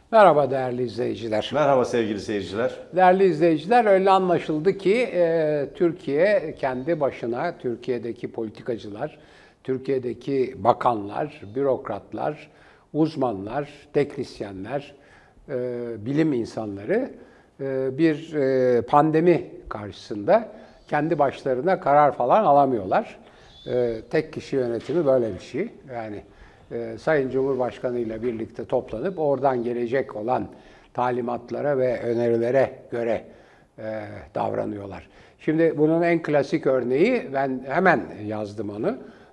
Merhaba değerli izleyiciler. Merhaba sevgili seyirciler. Değerli izleyiciler, öyle anlaşıldı ki Türkiye kendi başına, Türkiye'deki politikacılar, Türkiye'deki bakanlar, bürokratlar, uzmanlar, teknisyenler, bilim insanları bir pandemi karşısında kendi başlarına karar falan alamıyorlar. Tek kişi yönetimi böyle bir şey. Yani Sayın Cumhurbaşkanı ile birlikte toplanıp oradan gelecek olan talimatlara ve önerilere göre davranıyorlar. Şimdi bunun en klasik örneği, ben hemen yazdım onu.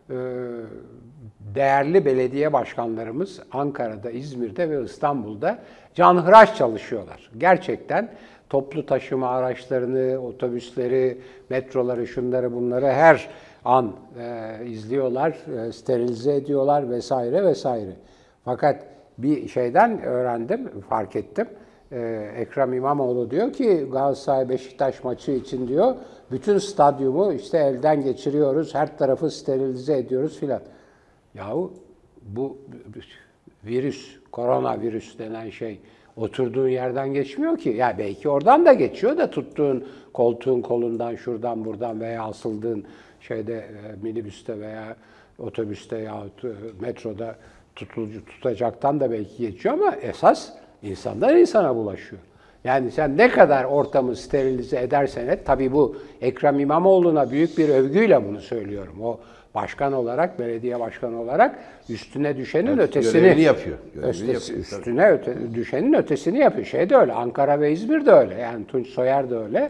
Değerli belediye başkanlarımız Ankara'da, İzmir'de ve İstanbul'da canhıraş çalışıyorlar. Gerçekten toplu taşıma araçlarını, otobüsleri, metroları, şunları bunları her an izliyorlar, sterilize ediyorlar vesaire vesaire. Fakat bir şeyden öğrendim, fark ettim. Ekrem İmamoğlu diyor ki Galatasaray-Beşiktaş maçı için diyor bütün stadyumu işte elden geçiriyoruz, her tarafı sterilize ediyoruz filan. Yahu bu virüs, koronavirüs denen şey oturduğun yerden geçmiyor ki. Ya belki oradan da geçiyor da tuttuğun koltuğun kolundan, şuradan buradan veya asıldığın şeyde minibüste veya otobüste yahut metroda tutacaktan da belki geçiyor ama esas insandan insana bulaşıyor. Yani sen ne kadar ortamı sterilize edersen et, tabii bu Ekrem İmamoğlu'na büyük bir övgüyle bunu söylüyorum. O başkan olarak, belediye başkanı olarak üstüne düşenin ötesini görevini yapıyor. Üstüne düşenin ötesini yapıyor. Şey de öyle, Ankara ve İzmir de öyle. Yani Tunç Soyer da öyle.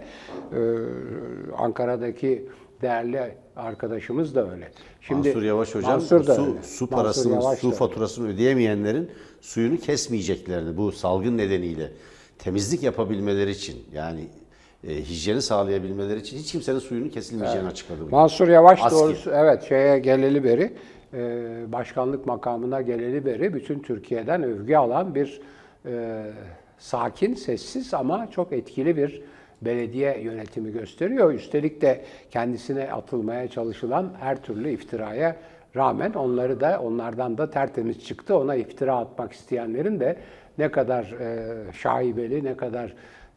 Ankara'daki değerli arkadaşımız da öyle. Şimdi Mansur Yavaş hocam su parasını, su faturasını ödeyemeyenlerin suyunu kesmeyeceklerini bu salgın nedeniyle temizlik yapabilmeleri için, yani hijyeni sağlayabilmeleri için hiç kimsenin suyunun kesilmeyeceğini açıkladı. Mansur Yavaş doğrusu evet şeye geleli beri, başkanlık makamına geleli beri bütün Türkiye'den övgü alan bir sakin, sessiz ama çok etkili bir belediye yönetimi gösteriyor. Üstelik de kendisine atılmaya çalışılan her türlü iftiraya rağmen onlardan da tertemiz çıktı. Ona iftira atmak isteyenlerin de ne kadar şaibeli, ne kadar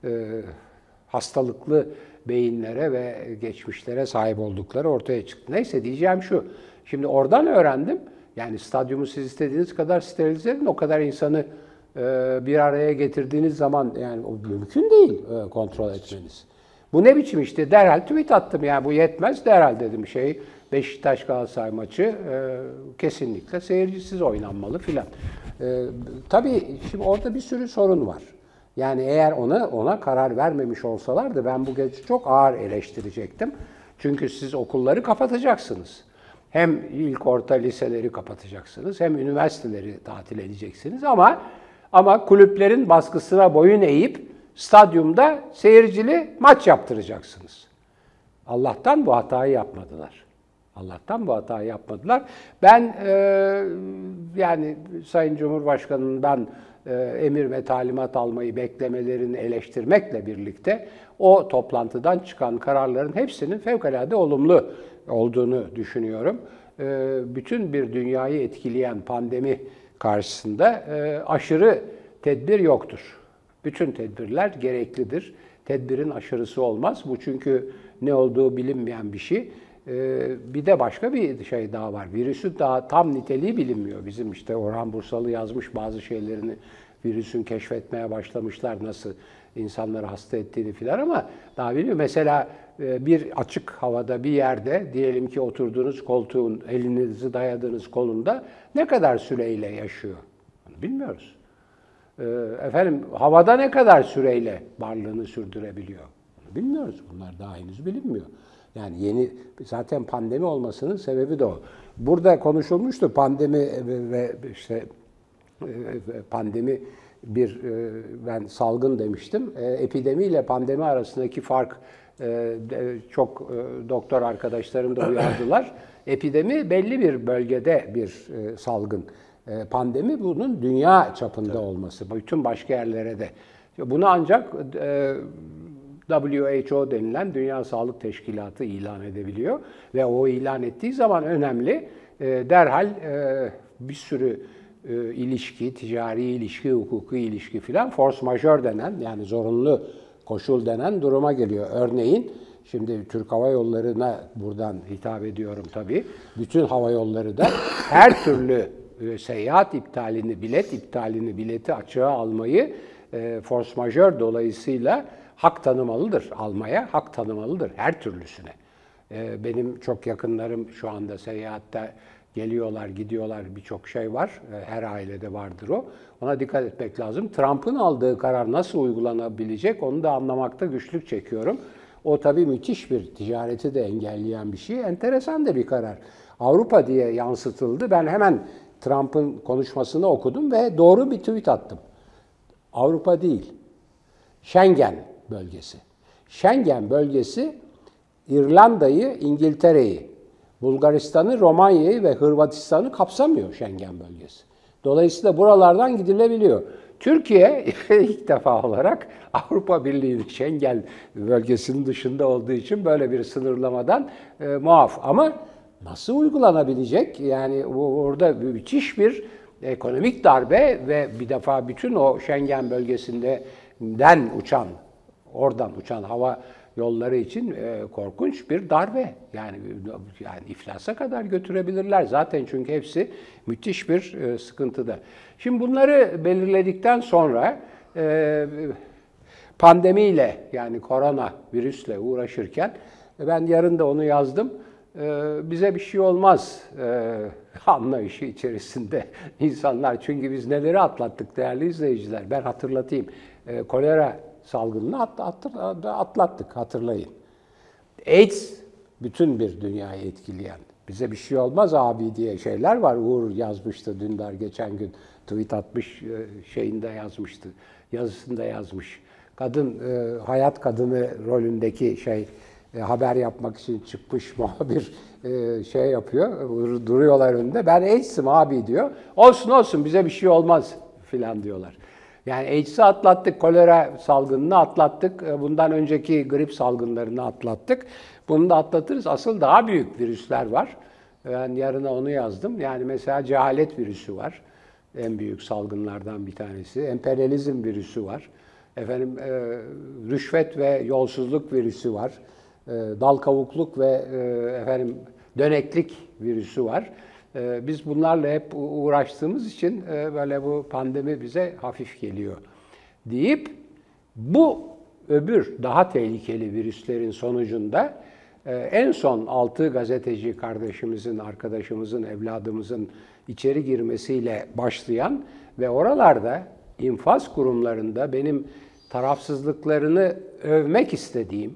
hastalıklı beyinlere ve geçmişlere sahip oldukları ortaya çıktı. Neyse diyeceğim şu, şimdi oradan öğrendim. Yani stadyumu siz istediğiniz kadar sterilize edin, o kadar insanı bir araya getirdiğiniz zaman yani o mümkün değil kontrol etmeniz. Bu ne biçim işte, derhal tweet attım yani bu yetmez, derhal dedim Beşiktaş Galatasaray maçı kesinlikle seyircisiz oynanmalı filan. Tabii şimdi orada bir sürü sorun var. Yani eğer ona karar vermemiş olsalardı ben bu gece çok ağır eleştirecektim. Çünkü siz okulları kapatacaksınız. Hem ilk orta liseleri kapatacaksınız, hem üniversiteleri tatil edeceksiniz ama kulüplerin baskısına boyun eğip stadyumda seyircili maç yaptıracaksınız. Allah'tan bu hatayı yapmadılar. Allah'tan bu hatayı yapmadılar. Ben yani Sayın Cumhurbaşkanı'ndan emir ve talimat almayı beklemelerini eleştirmekle birlikte o toplantıdan çıkan kararların hepsinin fevkalade olumlu olduğunu düşünüyorum. Bütün bir dünyayı etkileyen pandemi karşısında aşırı tedbir yoktur. Bütün tedbirler gereklidir. Tedbirin aşırısı olmaz. Bu çünkü ne olduğu bilinmeyen bir şey. Bir de başka bir şey daha var. Virüsün daha tam niteliği bilinmiyor. Bizim işte Orhan Bursalı yazmış bazı şeylerini, virüsün keşfetmeye başlamışlar nasıl insanları hasta ettiğini filan ama daha bilmiyor. Mesela bir açık havada bir yerde diyelim ki oturduğunuz koltuğun, elinizi dayadığınız kolunda ne kadar süreyle yaşıyor? Bilmiyoruz. Efendim havada ne kadar süreyle varlığını sürdürebiliyor? Bilmiyoruz. Bunlar daha henüz bilinmiyor. Yani zaten pandemi olmasının sebebi de o. Burada konuşulmuştu pandemi ve işte pandemi ben salgın demiştim. Epidemi ile pandemi arasındaki fark çok doktor arkadaşlarım da uyardılar. Epidemi belli bir bölgede bir salgın. Pandemi bunun dünya çapında olması. Bütün başka yerlere de. Bunu ancak WHO denilen Dünya Sağlık Teşkilatı ilan edebiliyor. Ve o ilan ettiği zaman önemli. Derhal bir sürü ilişki, ticari ilişki, hukuki ilişki filan force majeure denen, yani zorunlu koşul denen duruma geliyor. Örneğin şimdi Türk Hava Yolları'na buradan hitap ediyorum tabii. Bütün hava yolları da her türlü seyahat iptalini, bilet iptalini, bileti açığa almayı force majeure dolayısıyla hak tanımalıdır. Almaya hak tanımalıdır her türlüsüne. Benim çok yakınlarım şu anda seyahatte geliyorlar, gidiyorlar, birçok şey var. Her ailede vardır o. Ona dikkat etmek lazım. Trump'ın aldığı karar nasıl uygulanabilecek onu da anlamakta güçlük çekiyorum. O tabii müthiş bir ticareti de engelleyen bir şey. Enteresan da bir karar. Avrupa diye yansıtıldı. Ben hemen Trump'ın konuşmasını okudum ve doğru bir tweet attım. Avrupa değil, Schengen bölgesi. Schengen bölgesi İrlanda'yı, İngiltere'yi, Bulgaristan'ı, Romanya'yı ve Hırvatistan'ı kapsamıyor Schengen bölgesi. Dolayısıyla buralardan gidilebiliyor. Türkiye ilk defa olarak Avrupa Birliği'nin Schengen bölgesinin dışında olduğu için böyle bir sınırlamadan muaf. Ama nasıl uygulanabilecek? Yani orada müthiş bir ekonomik darbe ve bir defa bütün o Schengen bölgesinden uçan, oradan uçan hava yolları için korkunç bir darbe. Yani iflasa kadar götürebilirler zaten çünkü hepsi müthiş bir sıkıntıda. Şimdi bunları belirledikten sonra pandemiyle yani korona virüsle uğraşırken ben yarın da onu yazdım. Bize bir şey olmaz anlayışı içerisinde insanlar. Çünkü biz neleri atlattık değerli izleyiciler. Ben hatırlatayım. Kolera salgınını atlattık, hatırlayın. AIDS bütün bir dünyayı etkileyen. Bize bir şey olmaz abi diye şeyler var. Uğur yazmıştı Dündar geçen gün. Tweet atmış, şeyinde yazmıştı. Yazısında yazmış. Kadın, hayat kadını rolündeki haber yapmak için çıkmış muhabir şey yapıyor. Duruyorlar önünde. Ben AIDS'im abi diyor. Olsun bize bir şey olmaz filan diyorlar. Yani AIDS'i atlattık, kolera salgınını atlattık, bundan önceki grip salgınlarını atlattık. Bunu da atlatırız. Asıl daha büyük virüsler var. Ben yarına onu yazdım. Yani mesela cehalet virüsü var. En büyük salgınlardan bir tanesi. Emperyalizm virüsü var. Rüşvet ve yolsuzluk virüsü var. Dal kavukluk ve döneklik virüsü var. Biz bunlarla hep uğraştığımız için böyle bu pandemi bize hafif geliyor deyip bu öbür daha tehlikeli virüslerin sonucunda en son 6 gazeteci kardeşimizin, arkadaşımızın, evladımızın içeri girmesiyle başlayan ve oralarda infaz kurumlarında benim tarafsızlıklarını övmek istediğim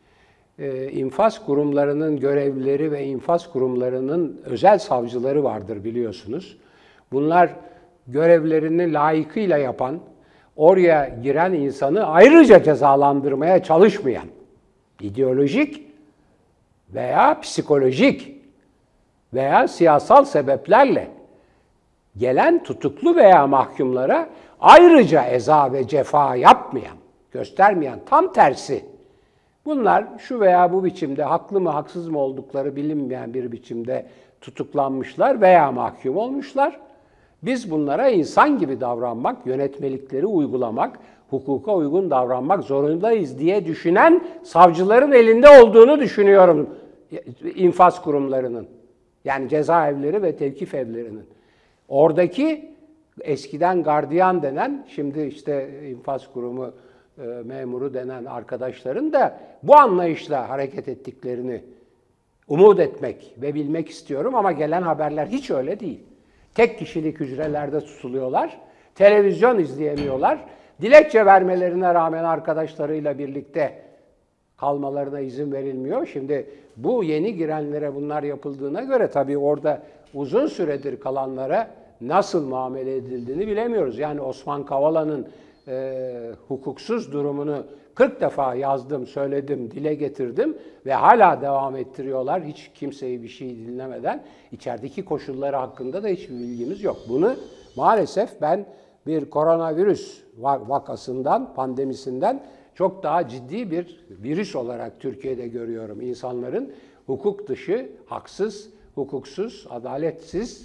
infaz kurumlarının görevlileri ve infaz kurumlarının özel savcıları vardır biliyorsunuz. Bunlar görevlerini layıkıyla yapan, oraya giren insanı ayrıca cezalandırmaya çalışmayan, ideolojik veya psikolojik veya siyasal sebeplerle gelen tutuklu veya mahkumlara ayrıca eza ve cefa yapmayan, göstermeyen, tam tersi. Bunlar şu veya bu biçimde haklı mı haksız mı oldukları bilinmeyen bir biçimde tutuklanmışlar veya mahkum olmuşlar. Biz bunlara insan gibi davranmak, yönetmelikleri uygulamak, hukuka uygun davranmak zorundayız diye düşünen savcıların elinde olduğunu düşünüyorum infaz kurumlarının. Yani cezaevleri ve tevkif evlerinin. Oradaki eskiden gardiyan denen, şimdi işte infaz kurumu memuru denen arkadaşların da bu anlayışla hareket ettiklerini umut etmek ve bilmek istiyorum ama gelen haberler hiç öyle değil. Tek kişilik hücrelerde tutuluyorlar, televizyon izleyemiyorlar, dilekçe vermelerine rağmen arkadaşlarıyla birlikte kalmalarına izin verilmiyor. Şimdi bu yeni girenlere bunlar yapıldığına göre tabii orada uzun süredir kalanlara nasıl muamele edildiğini bilemiyoruz. Yani Osman Kavala'nın hukuksuz durumunu 40 defa yazdım, söyledim, dile getirdim ve hala devam ettiriyorlar. Hiç kimseyi bir şey dinlemeden. İçerideki koşulları hakkında da hiçbir bilgimiz yok. Bunu maalesef ben bir koronavirüs vakasından, pandemisinden çok daha ciddi bir virüs olarak Türkiye'de görüyorum. İnsanların hukuk dışı, haksız, hukuksuz, adaletsiz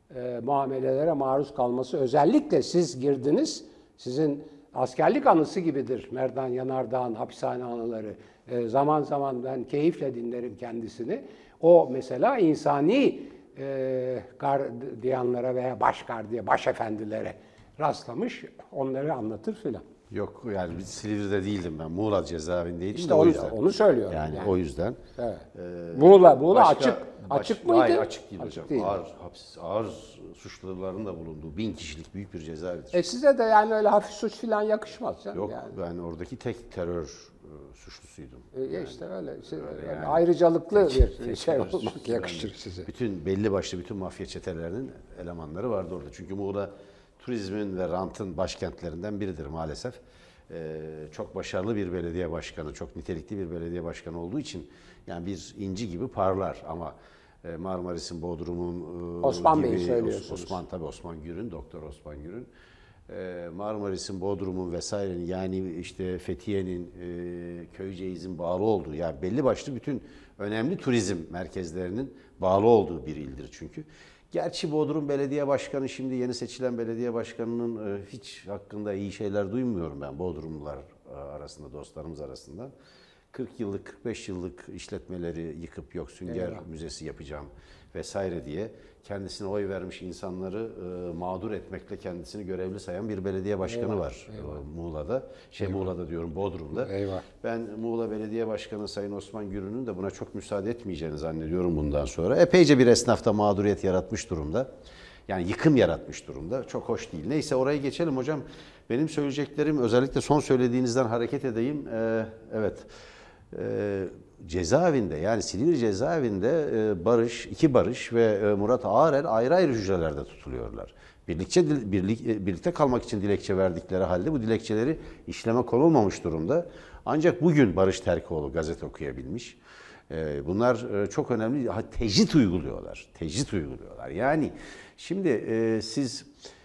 muamelelere maruz kalması, özellikle siz girdiniz, sizin askerlik anısı gibidir Merdan Yanardağ'ın hapishane anıları. Zaman zaman ben keyifle dinlerim kendisini. O mesela insani gardiyanlara veya başefendilere rastlamış, onları anlatır filan. Yok yani biz Silivri'de değildim ben. Muğla cezaevindeydim İşte de o yüzden. onu söylüyorum. Yani o yüzden. Evet. Muğla açık mıydı? Hayır, açık değil hocam. Değil. Ağır suçluların da bulunduğu 1000 kişilik büyük bir cezaevidir. Size de yani öyle hafif suç filan yakışmaz. Yok yani. ben oradaki tek terör suçlusuydum. İşte öyle, yani ayrıcalıklı bir şey olmak suçlusu yakışır yani. size. Bütün belli başlı bütün mafya çetelerinin elemanları vardı orada. Çünkü Muğla turizmin ve rantın başkentlerinden biridir maalesef. Çok başarılı bir belediye başkanı, çok nitelikli bir belediye başkanı olduğu için yani bir inci gibi parlar ama Marmaris'in, Bodrum'un Osman gibi, Bey'i söylüyorsunuz. Osman Gür'ün, Doktor Osman Gür'ün Marmaris'in, Bodrum'un vesairenin yani işte Fethiye'nin, Köyceğiz'in bağlı olduğu yani belli başlı bütün önemli turizm merkezlerinin bağlı olduğu bir ildir çünkü. Gerçi Bodrum Belediye Başkanı şimdi yeni seçilen belediye başkanının hiç hakkında iyi şeyler duymuyorum ben Bodrumlular arasında, dostlarımız arasında. 40 yıllık, 45 yıllık işletmeleri yıkıp yok sünger müzesi yapacağım vesaire diye kendisine oy vermiş insanları mağdur etmekle kendisini görevli sayan bir belediye başkanı var Muğla'da. Muğla'da diyorum Bodrum'da. Ben Muğla Belediye Başkanı Sayın Osman Gürün'ün de buna çok müsaade etmeyeceğini zannediyorum bundan sonra. Epeyce bir esnafta mağduriyet yaratmış durumda. Yani yıkım yaratmış durumda. Çok hoş değil. Neyse oraya geçelim hocam. Benim söyleyeceklerim özellikle son söylediğinizden hareket edeyim. Evet. Cezaevinde yani Silivri cezaevinde Barış ve Murat Ağarel ayrı ayrı hücrelerde tutuluyorlar. Birlikte kalmak için dilekçe verdikleri halde bu dilekçeleri işleme konulmamış durumda. Ancak bugün Barış Terkoğlu gazete okuyabilmiş. Bunlar çok önemli. Tecrit uyguluyorlar. Yani şimdi siz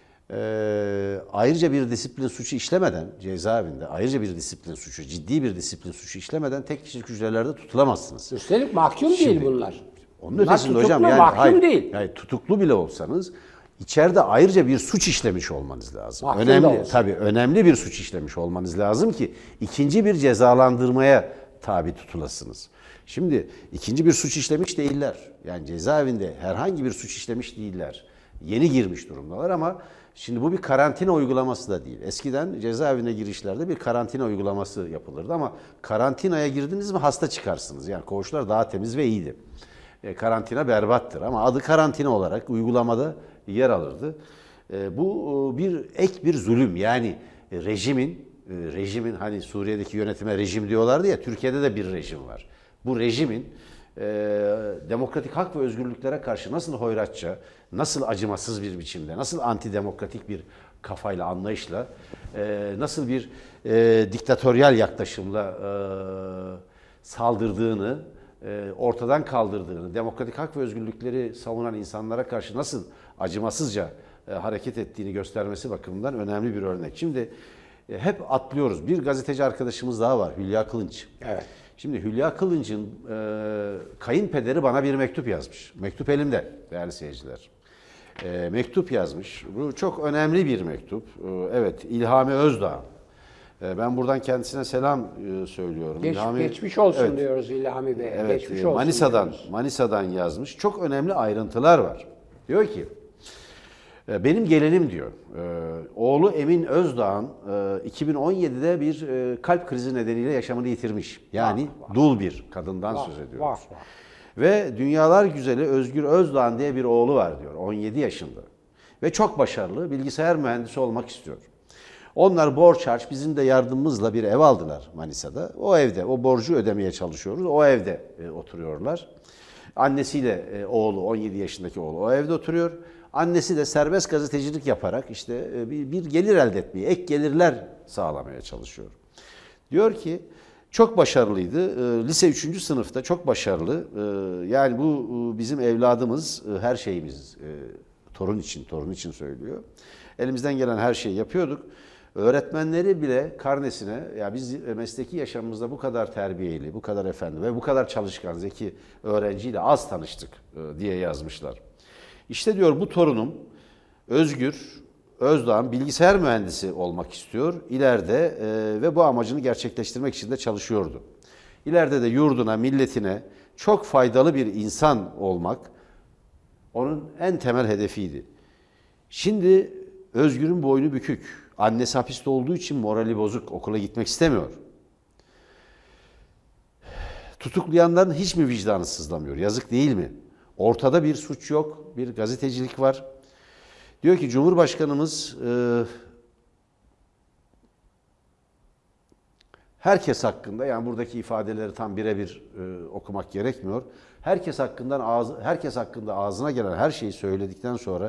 ayrıca bir disiplin suçu işlemeden cezaevinde ciddi bir disiplin suçu işlemeden tek kişilik hücrelerde tutulamazsınız. Üstelik mahkum değil bunlar. Onun ötesinde hocam yani mahkum değil. Yani tutuklu bile olsanız içeride ayrıca bir suç işlemiş olmanız lazım. Önemli bir suç işlemiş olmanız lazım ki ikinci bir cezalandırmaya tabi tutulasınız. Şimdi ikinci bir suç işlemiş değiller. Yani cezaevinde herhangi bir suç işlemiş değiller. Yeni girmiş durumdalar ama şimdi bu bir karantina uygulaması da değil. Eskiden cezaevine girişlerde bir karantina uygulaması yapılırdı ama karantinaya girdiniz mi hasta çıkarsınız. Yani koğuşlar daha temiz ve iyiydi. Karantina berbattır ama adı karantina olarak uygulamada yer alırdı. Bu bir zulüm yani rejimin hani Suriye'deki yönetime rejim diyorlardı ya Türkiye'de de bir rejim var. Bu rejimin demokratik hak ve özgürlüklere karşı nasıl hoyratça, nasıl acımasız bir biçimde, nasıl antidemokratik bir kafayla, anlayışla, nasıl bir diktatöryal yaklaşımla saldırdığını, ortadan kaldırdığını, demokratik hak ve özgürlükleri savunan insanlara karşı nasıl acımasızca hareket ettiğini göstermesi bakımından önemli bir örnek. Şimdi hep atlıyoruz. Bir gazeteci arkadaşımız daha var, Hülya Kılınç. Evet. Şimdi Hülya Kılınç'ın kayınpederi bana bir mektup yazmış. Mektup elimde değerli seyirciler. Mektup yazmış. Bu çok önemli bir mektup. Evet, İlhami Özdağ. Ben buradan kendisine selam söylüyorum. Geçmiş olsun diyoruz İlhami Bey. Evet, geçmiş olsun Manisa'dan yazmış. Çok önemli ayrıntılar var. Diyor ki, benim gelinim diyor, oğlu Emin Özdağ'ın 2017'de bir kalp krizi nedeniyle yaşamını yitirmiş. Yani dul bir kadından söz ediyoruz. Ve dünyalar güzeli Özgür Özdağ diye bir oğlu var diyor, 17 yaşında. Ve çok başarılı, bilgisayar mühendisi olmak istiyor. Onlar borç harç bizim de yardımımızla bir ev aldılar Manisa'da. O evde, o borcu ödemeye çalışıyoruz. O evde oturuyorlar. Annesiyle oğlu, 17 yaşındaki oğlu o evde oturuyor. Annesi de serbest gazetecilik yaparak işte bir gelir elde etmeye, ek gelirler sağlamaya çalışıyor. Diyor ki çok başarılıydı. Lise 3. sınıfta çok başarılı. Yani bu bizim evladımız, her şeyimiz. Torun için söylüyor. Elimizden gelen her şeyi yapıyorduk. Öğretmenleri bile karnesine ya biz mesleki yaşamımızda bu kadar terbiyeli, bu kadar efendi ve bu kadar çalışkan, zeki öğrenciyle az tanıştık diye yazmışlar. İşte diyor bu torunum Özgür Özdağ bilgisayar mühendisi olmak istiyor ileride ve bu amacını gerçekleştirmek için de çalışıyordu. İleride de yurduna, milletine çok faydalı bir insan olmak onun en temel hedefiydi. Şimdi Özgür'ün boynu bükük. Annesi hapiste olduğu için morali bozuk. Okula gitmek istemiyor. Tutuklayanların hiç mi vicdanı sızlamıyor? Yazık değil mi? Ortada bir suç yok. Bir gazetecilik var. Diyor ki Cumhurbaşkanımız herkes hakkında, yani buradaki ifadeleri tam birebir okumak gerekmiyor. Herkes hakkında ağzına gelen her şeyi söyledikten sonra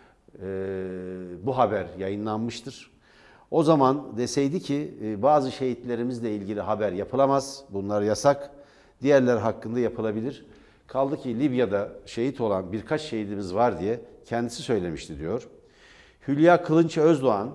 bu haber yayınlanmıştır. O zaman deseydi ki bazı şehitlerimizle ilgili haber yapılamaz, bunlar yasak, diğerler hakkında yapılabilir. Kaldı ki Libya'da şehit olan birkaç şehidimiz var diye kendisi söylemişti diyor. Hülya Kılınç Özdağ'ın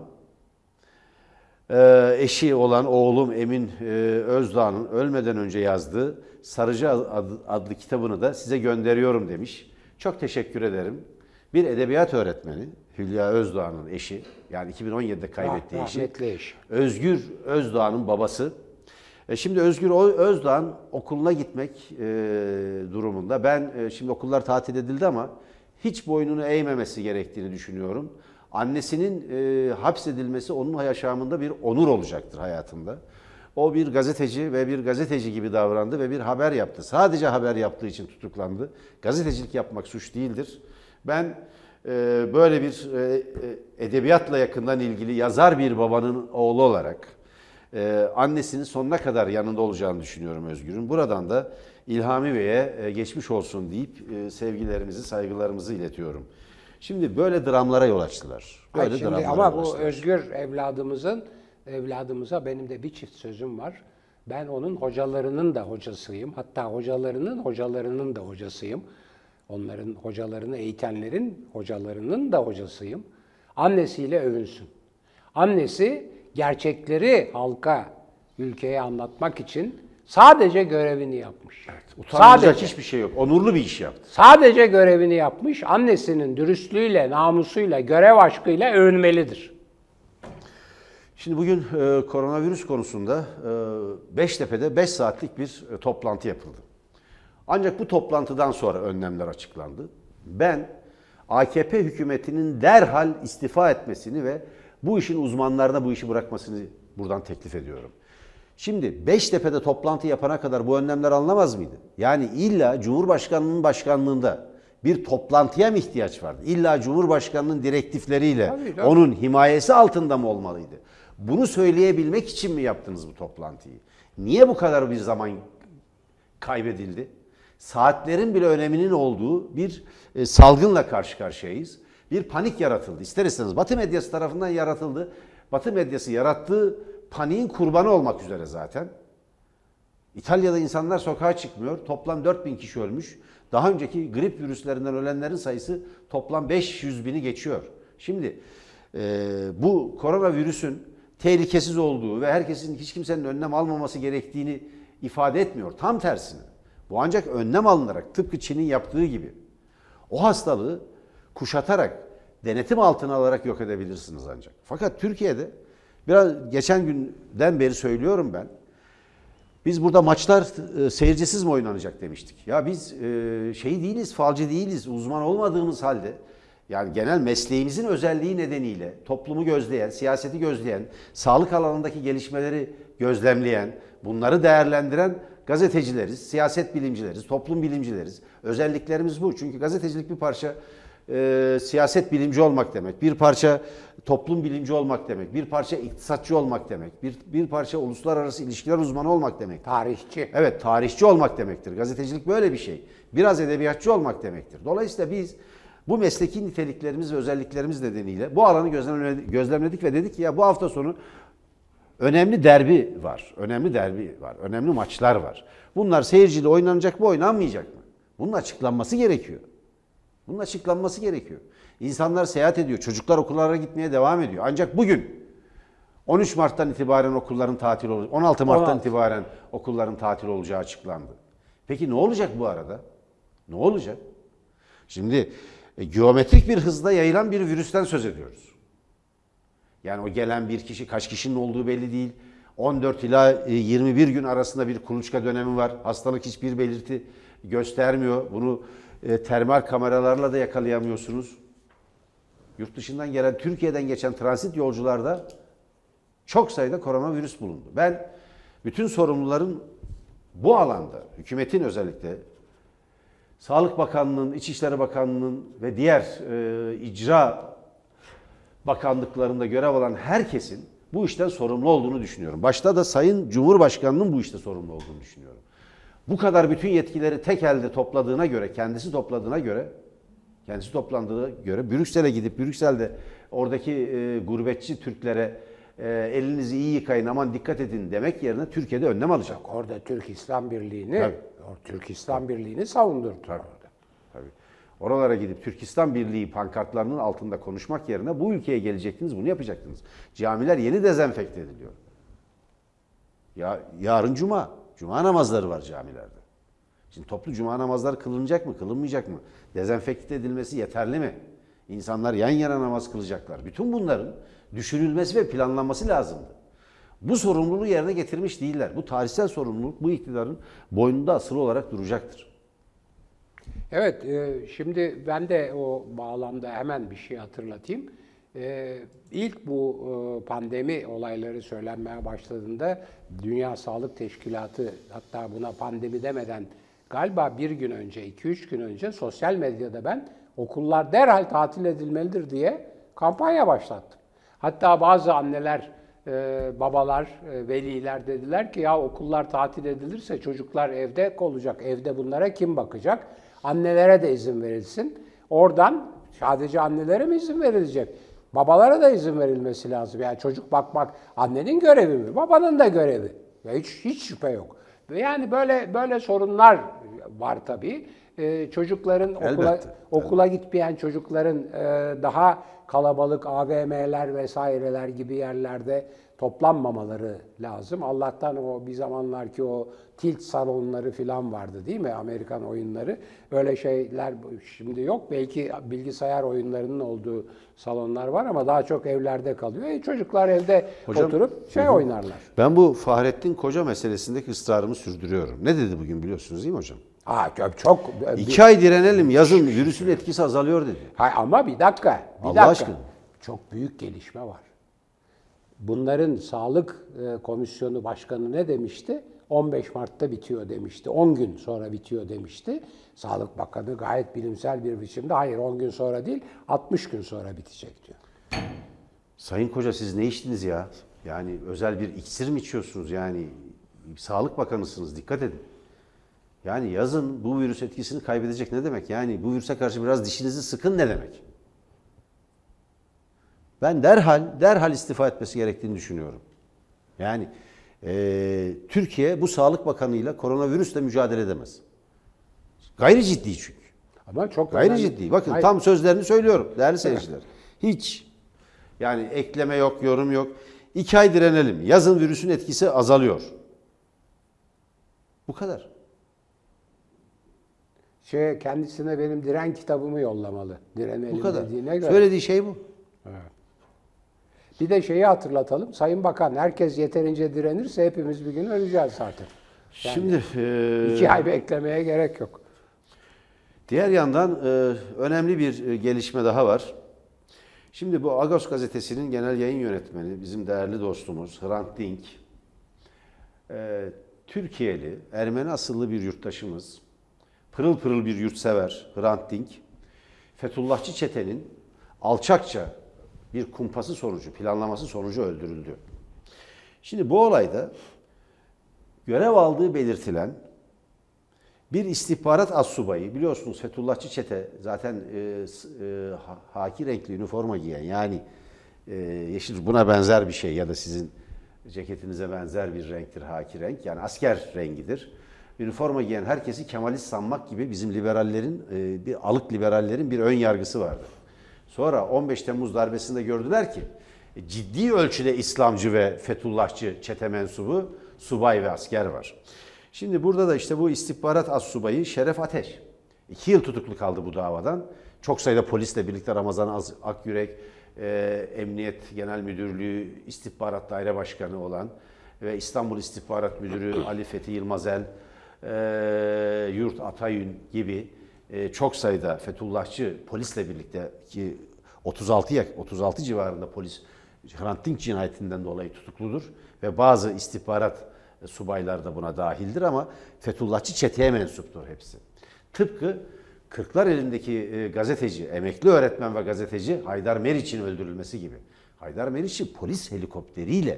eşi olan oğlum Emin Özdağ'ın ölmeden önce yazdığı Sarıcı adlı kitabını da size gönderiyorum demiş. Çok teşekkür ederim. Bir edebiyat öğretmeni, Hülya Özdağ'ın eşi, yani 2017'de kaybettiği eşi, Özgür Özdağ'ın babası. Şimdi Özgür Özdağ'ın okuluna gitmek durumunda. Ben şimdi okullar tatil edildi ama hiç boynunu eğmemesi gerektiğini düşünüyorum. Annesinin hapsedilmesi onun yaşamında bir onur olacaktır hayatında. O bir gazeteci ve bir gazeteci gibi davrandı ve bir haber yaptı. Sadece haber yaptığı için tutuklandı. Gazetecilik yapmak suç değildir. Ben böyle bir edebiyatla yakından ilgili yazar bir babanın oğlu olarak annesinin sonuna kadar yanında olacağını düşünüyorum Özgür'ün. Buradan da İlhami Bey'e geçmiş olsun deyip sevgilerimizi, saygılarımızı iletiyorum. Şimdi böyle dramlara yol açtılar. Ama bu Özgür evladımıza benim de bir çift sözüm var. Ben onun hocalarının da hocasıyım. Hatta hocalarının da hocasıyım. Onların hocalarını eğitenlerin hocalarının da hocasıyım. Annesiyle övünsün. Annesi gerçekleri halka, ülkeye anlatmak için sadece görevini yapmış. Evet, utanılacak hiçbir şey yok. Onurlu bir iş yaptı. Sadece görevini yapmış. Annesinin dürüstlüğüyle, namusuyla, görev aşkıyla övünmelidir. Şimdi bugün koronavirüs konusunda Beştepe'de 5 saatlik bir toplantı yapıldı. Ancak bu toplantıdan sonra önlemler açıklandı. Ben AKP hükümetinin derhal istifa etmesini ve bu işin uzmanlarına bu işi bırakmasını buradan teklif ediyorum. Şimdi Beştepe'de toplantı yapana kadar bu önlemler alınamaz mıydı? Yani illa Cumhurbaşkanı'nın başkanlığında bir toplantıya mı ihtiyaç vardı? İlla Cumhurbaşkanı'nın direktifleriyle tabii. Onun himayesi altında mı olmalıydı? Bunu söyleyebilmek için mi yaptınız bu toplantıyı? Niye bu kadar bir zaman kaybedildi? Saatlerin bile öneminin olduğu bir salgınla karşı karşıyayız. Bir panik yaratıldı. İster istemez Batı medyası tarafından yaratıldı. Batı medyası yarattığı paniğin kurbanı olmak üzere zaten. İtalya'da insanlar sokağa çıkmıyor. Toplam 4000 kişi ölmüş. Daha önceki grip virüslerinden ölenlerin sayısı toplam 500.000'i geçiyor. Şimdi bu koronavirüsün tehlikesiz olduğu ve herkesin hiç kimsenin önlem almaması gerektiğini ifade etmiyor. Tam tersine. Bu ancak önlem alınarak tıpkı Çin'in yaptığı gibi o hastalığı kuşatarak, denetim altına alarak yok edebilirsiniz ancak. Fakat Türkiye'de biraz geçen günden beri söylüyorum ben. Biz burada maçlar seyircisiz mi oynanacak demiştik. Ya biz değiliz, falcı değiliz, uzman olmadığımız halde yani genel mesleğimizin özelliği nedeniyle toplumu gözleyen, siyaseti gözleyen, sağlık alanındaki gelişmeleri gözlemleyen, bunları değerlendiren gazetecileriz, siyaset bilimcileriz, toplum bilimcileriz. Özelliklerimiz bu. Çünkü gazetecilik bir parça siyaset bilimci olmak demek, bir parça toplum bilimci olmak demek, bir parça iktisatçı olmak demek, bir parça uluslararası ilişkiler uzmanı olmak demek. Tarihçi. Evet, tarihçi olmak demektir. Gazetecilik böyle bir şey. Biraz edebiyatçı olmak demektir. Dolayısıyla biz bu mesleki niteliklerimiz ve özelliklerimiz nedeniyle bu alanı gözlemledik ve dedik ki ya bu hafta sonu önemli derbi var. Önemli maçlar var. Bunlar seyirciyle oynanacak mı, oynanmayacak mı? Bunun açıklanması gerekiyor. İnsanlar seyahat ediyor. Çocuklar okullara gitmeye devam ediyor. Ancak bugün 13 Mart'tan itibaren okulların tatil olacak. 16 Mart'tan itibaren okulların tatil olacağı açıklandı. Peki ne olacak bu arada? Ne olacak? Şimdi geometrik bir hızda yayılan bir virüsten söz ediyoruz. Yani o gelen bir kişi, kaç kişinin olduğu belli değil. 14 ila 21 gün arasında bir kuluçka dönemi var. Hastalık hiçbir belirti göstermiyor. Bunu termal kameralarla da yakalayamıyorsunuz. Yurt dışından gelen, Türkiye'den geçen transit yolcularda çok sayıda koronavirüs bulundu. Ben bütün sorumluların bu alanda, hükümetin özellikle, Sağlık Bakanlığı'nın, İçişleri Bakanlığı'nın ve diğer icra bakanlıklarında görev alan herkesin bu işten sorumlu olduğunu düşünüyorum. Başta da Sayın Cumhurbaşkanı'nın bu işte sorumlu olduğunu düşünüyorum. Bu kadar bütün yetkileri tek elde topladığına göre, kendisi toplandığı göre Brüksel'e gidip Brüksel'de oradaki gurbetçi Türklere elinizi iyi yıkayın, aman dikkat edin demek yerine Türkiye'de önlem alacak. Orada Türk İslam Birliği'ni savundurdu. Tabii. Oralara gidip Türk İslam Birliği pankartlarının altında konuşmak yerine bu ülkeye gelecektiniz, bunu yapacaktınız. Camiler yeni dezenfekte ediliyor. Ya yarın cuma namazları var camilerde. Şimdi toplu cuma namazları kılınacak mı, kılınmayacak mı? Dezenfekte edilmesi yeterli mi? İnsanlar yan yana namaz kılacaklar. Bütün bunların düşünülmesi ve planlanması lazımdı. Bu sorumluluğu yerine getirmiş değiller. Bu tarihsel sorumluluk bu iktidarın boynunda asılı olarak duracaktır. Evet, şimdi ben de o bağlamda hemen bir şey hatırlatayım. İlk bu pandemi olayları söylenmeye başladığında Dünya Sağlık Teşkilatı, hatta buna pandemi demeden galiba bir gün önce, 2-3 gün önce sosyal medyada ben okullar derhal tatil edilmelidir diye kampanya başlattım. Hatta bazı anneler, babalar, veliler dediler ki ya okullar tatil edilirse çocuklar evde olacak, evde bunlara kim bakacak? Annelere de izin verilsin. Oradan sadece annelere mi izin verilecek? Babalara da izin verilmesi lazım. Yani çocuk bakmak annenin görevi mi? Babanın da görevi. Ya hiç şüphe yok. Ve yani böyle sorunlar var tabii. Çocukların okula gitmeyen çocukların daha kalabalık AVM'ler vesaireler gibi yerlerde toplanmamaları lazım. Allah'tan o bir zamanlar ki o tilt salonları falan vardı değil mi? Amerikan oyunları. Öyle şeyler şimdi yok. Belki bilgisayar oyunlarının olduğu salonlar var ama daha çok evlerde kalıyor. Çocuklar evde oturup oynarlar. Ben bu Fahrettin Koca meselesindeki ısrarımı sürdürüyorum. Ne dedi bugün biliyorsunuz değil mi hocam? Çok. 2 ay direnelim, yazın virüsün etkisi azalıyor dedi. Ama bir dakika. Allah aşkına. Çok büyük gelişme var. Bunların Sağlık Komisyonu Başkanı ne demişti? 15 Mart'ta bitiyor demişti. 10 gün sonra bitiyor demişti. Sağlık Bakanı gayet bilimsel bir biçimde hayır 10 gün sonra değil 60 gün sonra bitecek diyor. Sayın Koca siz ne içtiniz ya? Yani özel bir iksir mi içiyorsunuz? Yani Sağlık Bakanısınız, dikkat edin. Yani yazın bu virüs etkisini kaybedecek ne demek? Yani bu virüse karşı biraz dişinizi sıkın ne demek? Ben derhal istifa etmesi gerektiğini düşünüyorum. Yani Türkiye bu Sağlık Bakanı'yla koronavirüsle mücadele edemez. Gayri ciddi çünkü. Ama çok gayri ciddi. Bakın tam sözlerini söylüyorum değerli seyirciler. Hiç. Yani ekleme yok, yorum yok. 2 ay direnelim. Yazın virüsün etkisi azalıyor. Bu kadar. Kendisine benim diren kitabımı yollamalı. Direnelim bu kadar. Dediğine göre. Söylediği şey bu. Evet. Bir de şeyi hatırlatalım. Sayın Bakan, herkes yeterince direnirse hepimiz bir gün öleceğiz zaten. Yani şimdi 2 ay beklemeye gerek yok. Diğer yandan önemli bir gelişme daha var. Şimdi bu Agos gazetesinin genel yayın yönetmeni, bizim değerli dostumuz Hrant Dink, Türkiye'li, Ermeni asıllı bir yurttaşımız, pırıl pırıl bir yurtsever Hrant Dink, Fethullahçı çetenin alçakça bir kumpası sonucu, planlaması sonucu öldürüldü. Şimdi bu olayda görev aldığı belirtilen bir istihbarat astsubayı, biliyorsunuz Fethullahçı çete zaten haki renkli üniforma giyen, yani yeşil buna benzer bir şey ya da sizin ceketinize benzer bir renktir haki renk, yani asker rengidir. Üniforma giyen herkesi Kemalist sanmak gibi bizim liberallerin, bir alık liberallerin bir ön yargısı vardı. Sonra 15 Temmuz darbesinde gördüler ki ciddi ölçüde İslamcı ve Fethullahçı çete mensubu subay ve asker var. Şimdi burada da işte bu istihbarat astsubayı Şeref Ateş 2 yıl tutuklu kaldı bu davadan. Çok sayıda polisle birlikte Ramazan Akyürek, Emniyet Genel Müdürlüğü İstihbarat Daire Başkanı olan ve İstanbul İstihbarat Müdürü Ali Fethi Yılmazel, Yurt Atayün gibi çok sayıda Fethullahçı polisle birlikte ki 36 civarında polis Hrant Dink cinayetinden dolayı tutukludur ve bazı istihbarat subaylar da buna dahildir ama Fethullahçı çeteye mensuptur hepsi. Tıpkı Kırklareli'ndeki gazeteci, emekli öğretmen ve gazeteci Haydar Meriç'in öldürülmesi gibi. Haydar Meriç'i polis helikopteriyle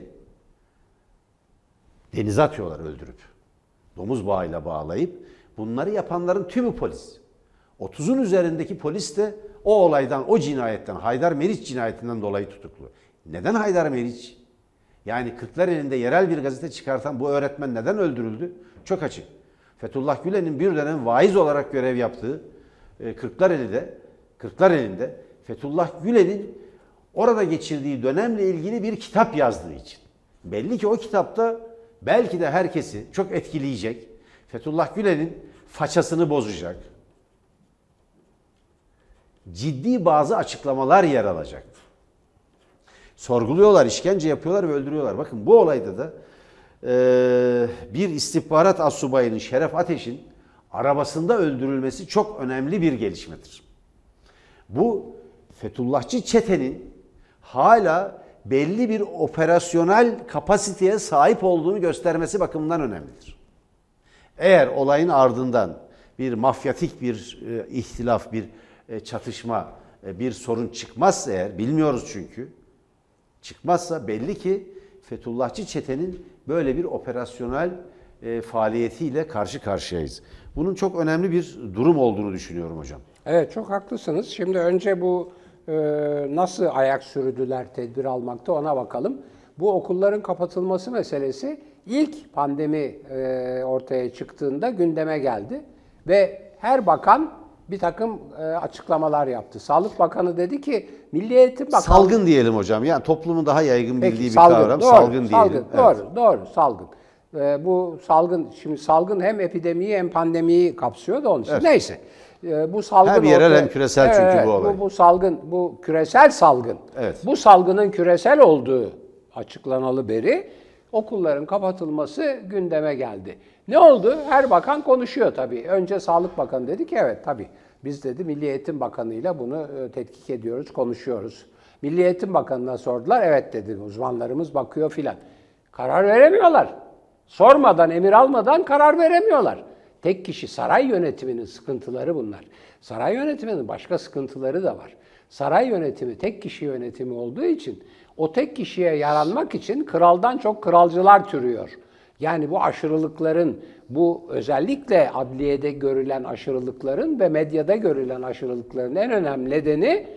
denize atıyorlar öldürüp. Domuz bağıyla bağlayıp bunları yapanların tümü polis. 30'un üzerindeki polis de o olaydan, o cinayetten, Haydar Meriç cinayetinden dolayı tutuklu. Neden Haydar Meriç? Yani Kırklareli'nde yerel bir gazete çıkartan bu öğretmen neden öldürüldü? Çok açık. Fethullah Gülen'in bir dönem vaiz olarak görev yaptığı Kırklareli'nde Fethullah Gülen'in orada geçirdiği dönemle ilgili bir kitap yazdığı için. Belli ki o kitapta belki de herkesi çok etkileyecek, Fethullah Gülen'in façasını bozacak, ciddi bazı açıklamalar yer alacak. Sorguluyorlar, işkence yapıyorlar ve öldürüyorlar. Bakın bu olayda da bir istihbarat astsubayının Şeref Ateş'in arabasında öldürülmesi çok önemli bir gelişmedir. Bu Fethullahçı çetenin hala belli bir operasyonel kapasiteye sahip olduğunu göstermesi bakımından önemlidir. Eğer olayın ardından bir mafyatik bir ihtilaf, bir çatışma, bir sorun çıkmazsa eğer, bilmiyoruz çünkü, çıkmazsa belli ki Fethullahçı çetenin böyle bir operasyonel faaliyetiyle karşı karşıyayız. Bunun çok önemli bir durum olduğunu düşünüyorum hocam. Evet, çok haklısınız. Şimdi önce bu nasıl ayak sürdüler tedbir almakta ona bakalım. Bu okulların kapatılması meselesi ilk pandemi ortaya çıktığında gündeme geldi. Ve her bakan bir takım açıklamalar yaptı. Sağlık Bakanı dedi ki Milli Eğitim Bakanı... Salgın diyelim hocam. Yani toplumun daha yaygın bildiği bir salgın, kavram. Doğru, salgın diyelim. Salgın, doğru, salgın. Bu salgın, şimdi salgın hem epidemiyi hem pandemiyi kapsıyor da onun için. Evet. Neyse. Bu salgın hem yerel hem küresel çünkü bu olay. Bu salgın, bu küresel salgın. Evet. Bu salgının küresel olduğu açıklanalı beri okulların kapatılması gündeme geldi. Ne oldu? Her bakan konuşuyor tabii. Önce Sağlık Bakanı dedi ki evet tabii. Biz dedi Milli Eğitim Bakanı'yla bunu tetkik ediyoruz, konuşuyoruz. Milli Eğitim Bakanı'na sordular. Evet dedi uzmanlarımız bakıyor filan. Karar veremiyorlar. Sormadan, emir almadan karar veremiyorlar. Tek kişi saray yönetiminin sıkıntıları bunlar. Saray yönetiminin başka sıkıntıları da var. Saray yönetimi tek kişi yönetimi olduğu için o tek kişiye yaranmak için kraldan çok kralcılar türüyor. Yani bu aşırılıkların, bu özellikle adliyede görülen aşırılıkların ve medyada görülen aşırılıkların en önemli nedeni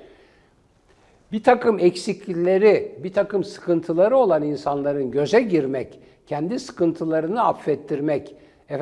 bir takım eksiklikleri, bir takım sıkıntıları olan insanların göze girmek, kendi sıkıntılarını affettirmek,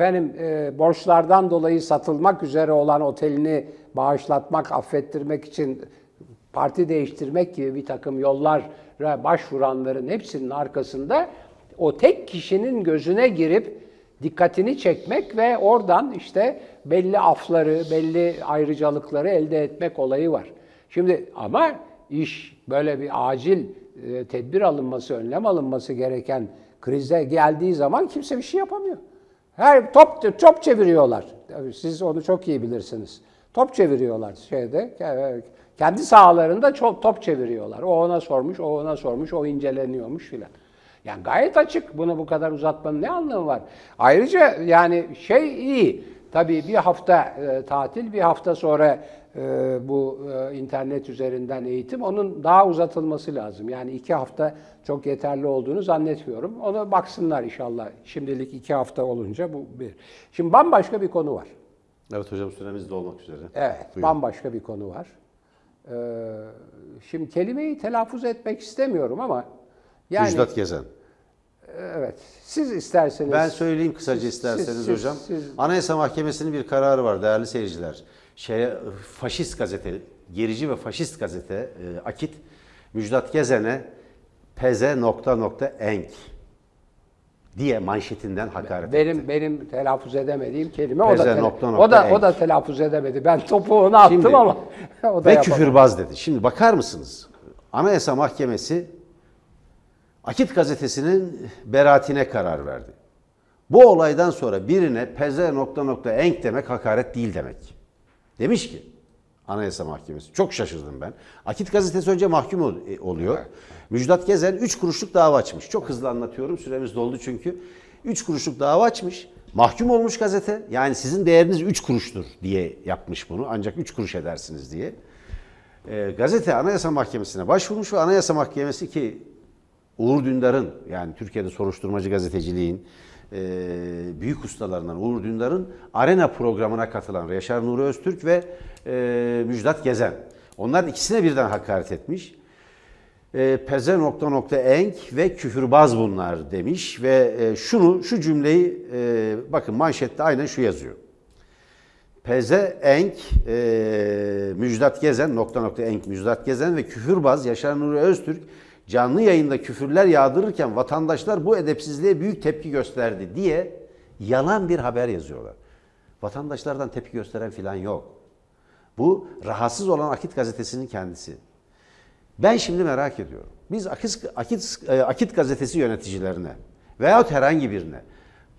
borçlardan dolayı satılmak üzere olan otelini bağışlatmak, affettirmek için parti değiştirmek gibi bir takım yollara başvuranların hepsinin arkasında o tek kişinin gözüne girip dikkatini çekmek ve oradan işte belli afları, belli ayrıcalıkları elde etmek olayı var. Şimdi ama iş böyle bir acil tedbir alınması, önlem alınması gereken krize geldiği zaman kimse bir şey yapamıyor. Her top çeviriyorlar. Siz onu çok iyi bilirsiniz. Top çeviriyorlar kendi sahalarında top çeviriyorlar. O ona sormuş, o ona sormuş, o inceleniyormuş filan. Yani gayet açık. Bunu bu kadar uzatmanın ne anlamı var? Ayrıca yani iyi. Tabii bir hafta tatil, bir hafta sonra bu internet üzerinden eğitim, onun daha uzatılması lazım. Yani 2 hafta çok yeterli olduğunu zannetmiyorum. Ona baksınlar inşallah. Şimdilik 2 hafta olunca bu bir. Şimdi bambaşka bir konu var. Evet hocam, süremiz de olmak üzere. Evet, buyurun. Bambaşka bir konu var. Şimdi kelimeyi telaffuz etmek istemiyorum ama yani... Müjdat Gezen. Evet, siz isterseniz... Ben söyleyeyim kısaca isterseniz hocam. Anayasa Mahkemesi'nin bir kararı var değerli seyirciler. Faşist gazete, gerici ve faşist gazete Akit, Müjdat Gezen'e peze ... diye manşetinden hakaret etti. Benim telaffuz edemediğim kelime o da telaffuz edemedi. Ben topu ona attım şimdi, ama o da ve küfürbaz dedi. Şimdi bakar mısınız? Anayasa Mahkemesi Akit gazetesinin beraatine karar verdi. Bu olaydan sonra birine peze ... demek hakaret değil demek. Demiş ki Anayasa Mahkemesi. Çok şaşırdım ben. Akit gazetesi önce mahkum oluyor. Evet. Müjdat Gezen 3 kuruşluk dava açmış. Çok hızlı anlatıyorum. Süremiz doldu çünkü. 3 kuruşluk dava açmış. Mahkum olmuş gazete. Yani sizin değeriniz 3 kuruştur diye yapmış bunu. Ancak 3 kuruş edersiniz diye. Gazete Anayasa Mahkemesi'ne başvurmuş ve Anayasa Mahkemesi ki Uğur Dündar'ın yani Türkiye'de soruşturmacı gazeteciliğin büyük ustalarından Uğur Dündar'ın Arena programına katılan Yaşar Nuri Öztürk ve Müjdat Gezen. Onların ikisine birden hakaret etmiş. Peze ... ve küfürbaz bunlar demiş ve şu cümleyi bakın manşette aynen şu yazıyor. Peze Müjdat Gezen ... Müjdat Gezen ve küfürbaz Yaşar Nuri Öztürk canlı yayında küfürler yağdırırken vatandaşlar bu edepsizliğe büyük tepki gösterdi diye yalan bir haber yazıyorlar. Vatandaşlardan tepki gösteren filan yok. Bu rahatsız olan Akit gazetesinin kendisi. Ben şimdi merak ediyorum. Biz Akit gazetesi yöneticilerine veyahut herhangi birine peze ...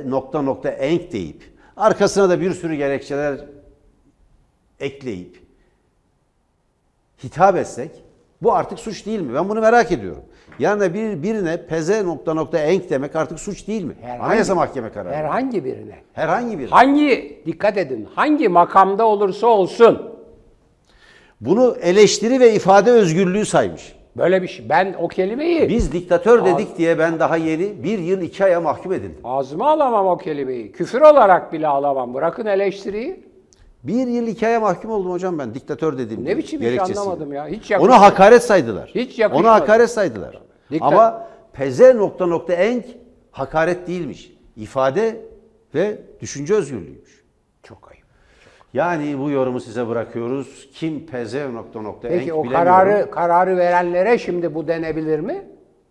deyip arkasına da bir sürü gerekçeler ekleyip hitap etsek bu artık suç değil mi? Ben bunu merak ediyorum. Yani birine peze ... demek artık suç değil mi? Anayasa Mahkeme kararı. Herhangi birine. Herhangi birine. Dikkat edin, hangi makamda olursa olsun. Bunu eleştiri ve ifade özgürlüğü saymış. Böyle bir şey. Ben o kelimeyi... Biz diktatör dedik diye ben daha yeni 1 yıl 2 aya mahkum edildim. Ağzıma alamam o kelimeyi. Küfür olarak bile alamam. Bırakın eleştiriyi. 1 yıl 2 aya mahkum oldum hocam ben diktatör dedim. Ne biçim iş anlamadım ya. Hiç onu hakaret saydılar. Hiç yakışmadı. Onu hakaret saydılar. Ama peze ... hakaret değilmiş. İfade ve düşünce özgürlüğüymüş. Çok ayıp. Yani bu yorumu size bırakıyoruz. Kim peze ... Peki o kararı verenlere şimdi bu denebilir mi?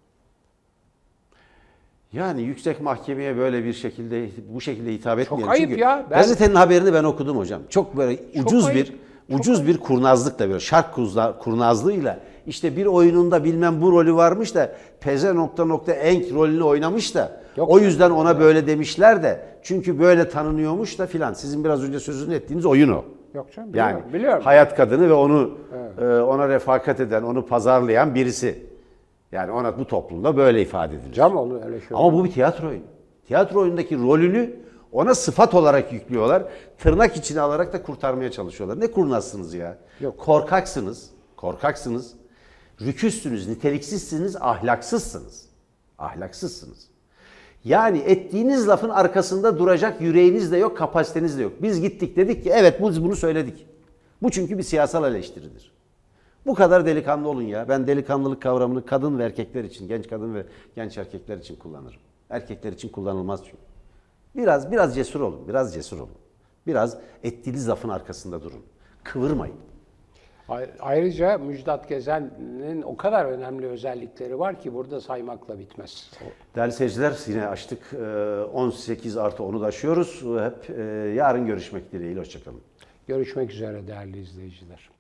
Yani yüksek mahkemeye böyle bu şekilde hitap etmeyelim. Çok ayıp çünkü ya. Gazetenin haberini ben okudum hocam. Çok böyle ucuz bir kurnazlıkla böyle şark kurnazlığıyla işte bir oyununda bilmem bu rolü varmış da peze ... rolünü oynamış da o yüzden ona böyle demişler de çünkü böyle tanınıyormuş da filan. Sizin biraz önce sözünü ettiğiniz oyun o. Yok canım biliyorum. Biliyorum. Hayat kadını ve ona refakat eden, onu pazarlayan birisi. Yani ona bu toplumda böyle ifade edilir. Canım onu öyle şey. Ama bu bir tiyatro oyunu. Tiyatro oyundaki rolünü ona sıfat olarak yüklüyorlar. Tırnak içine alarak da kurtarmaya çalışıyorlar. Ne kurnazsınız ya? Yok. Korkaksınız. Rüküssünüz, niteliksizsiniz, ahlaksızsınız. Yani ettiğiniz lafın arkasında duracak yüreğiniz de yok, kapasiteniz de yok. Biz gittik dedik ki evet biz bunu söyledik. Bu çünkü bir siyasal eleştiridir. Bu kadar delikanlı olun ya. Ben delikanlılık kavramını kadın ve erkekler için, genç kadın ve genç erkekler için kullanırım. Erkekler için kullanılmaz çünkü. Biraz cesur olun, Biraz ettiğiniz lafın arkasında durun. Kıvırmayın. Ayrıca Müjdat Gezen'in o kadar önemli özellikleri var ki burada saymakla bitmez. Değerli seyirciler yine açtık. 18+10'u da aşıyoruz. Hep yarın görüşmek dileğiyle. Hoşçakalın. Görüşmek üzere değerli izleyiciler.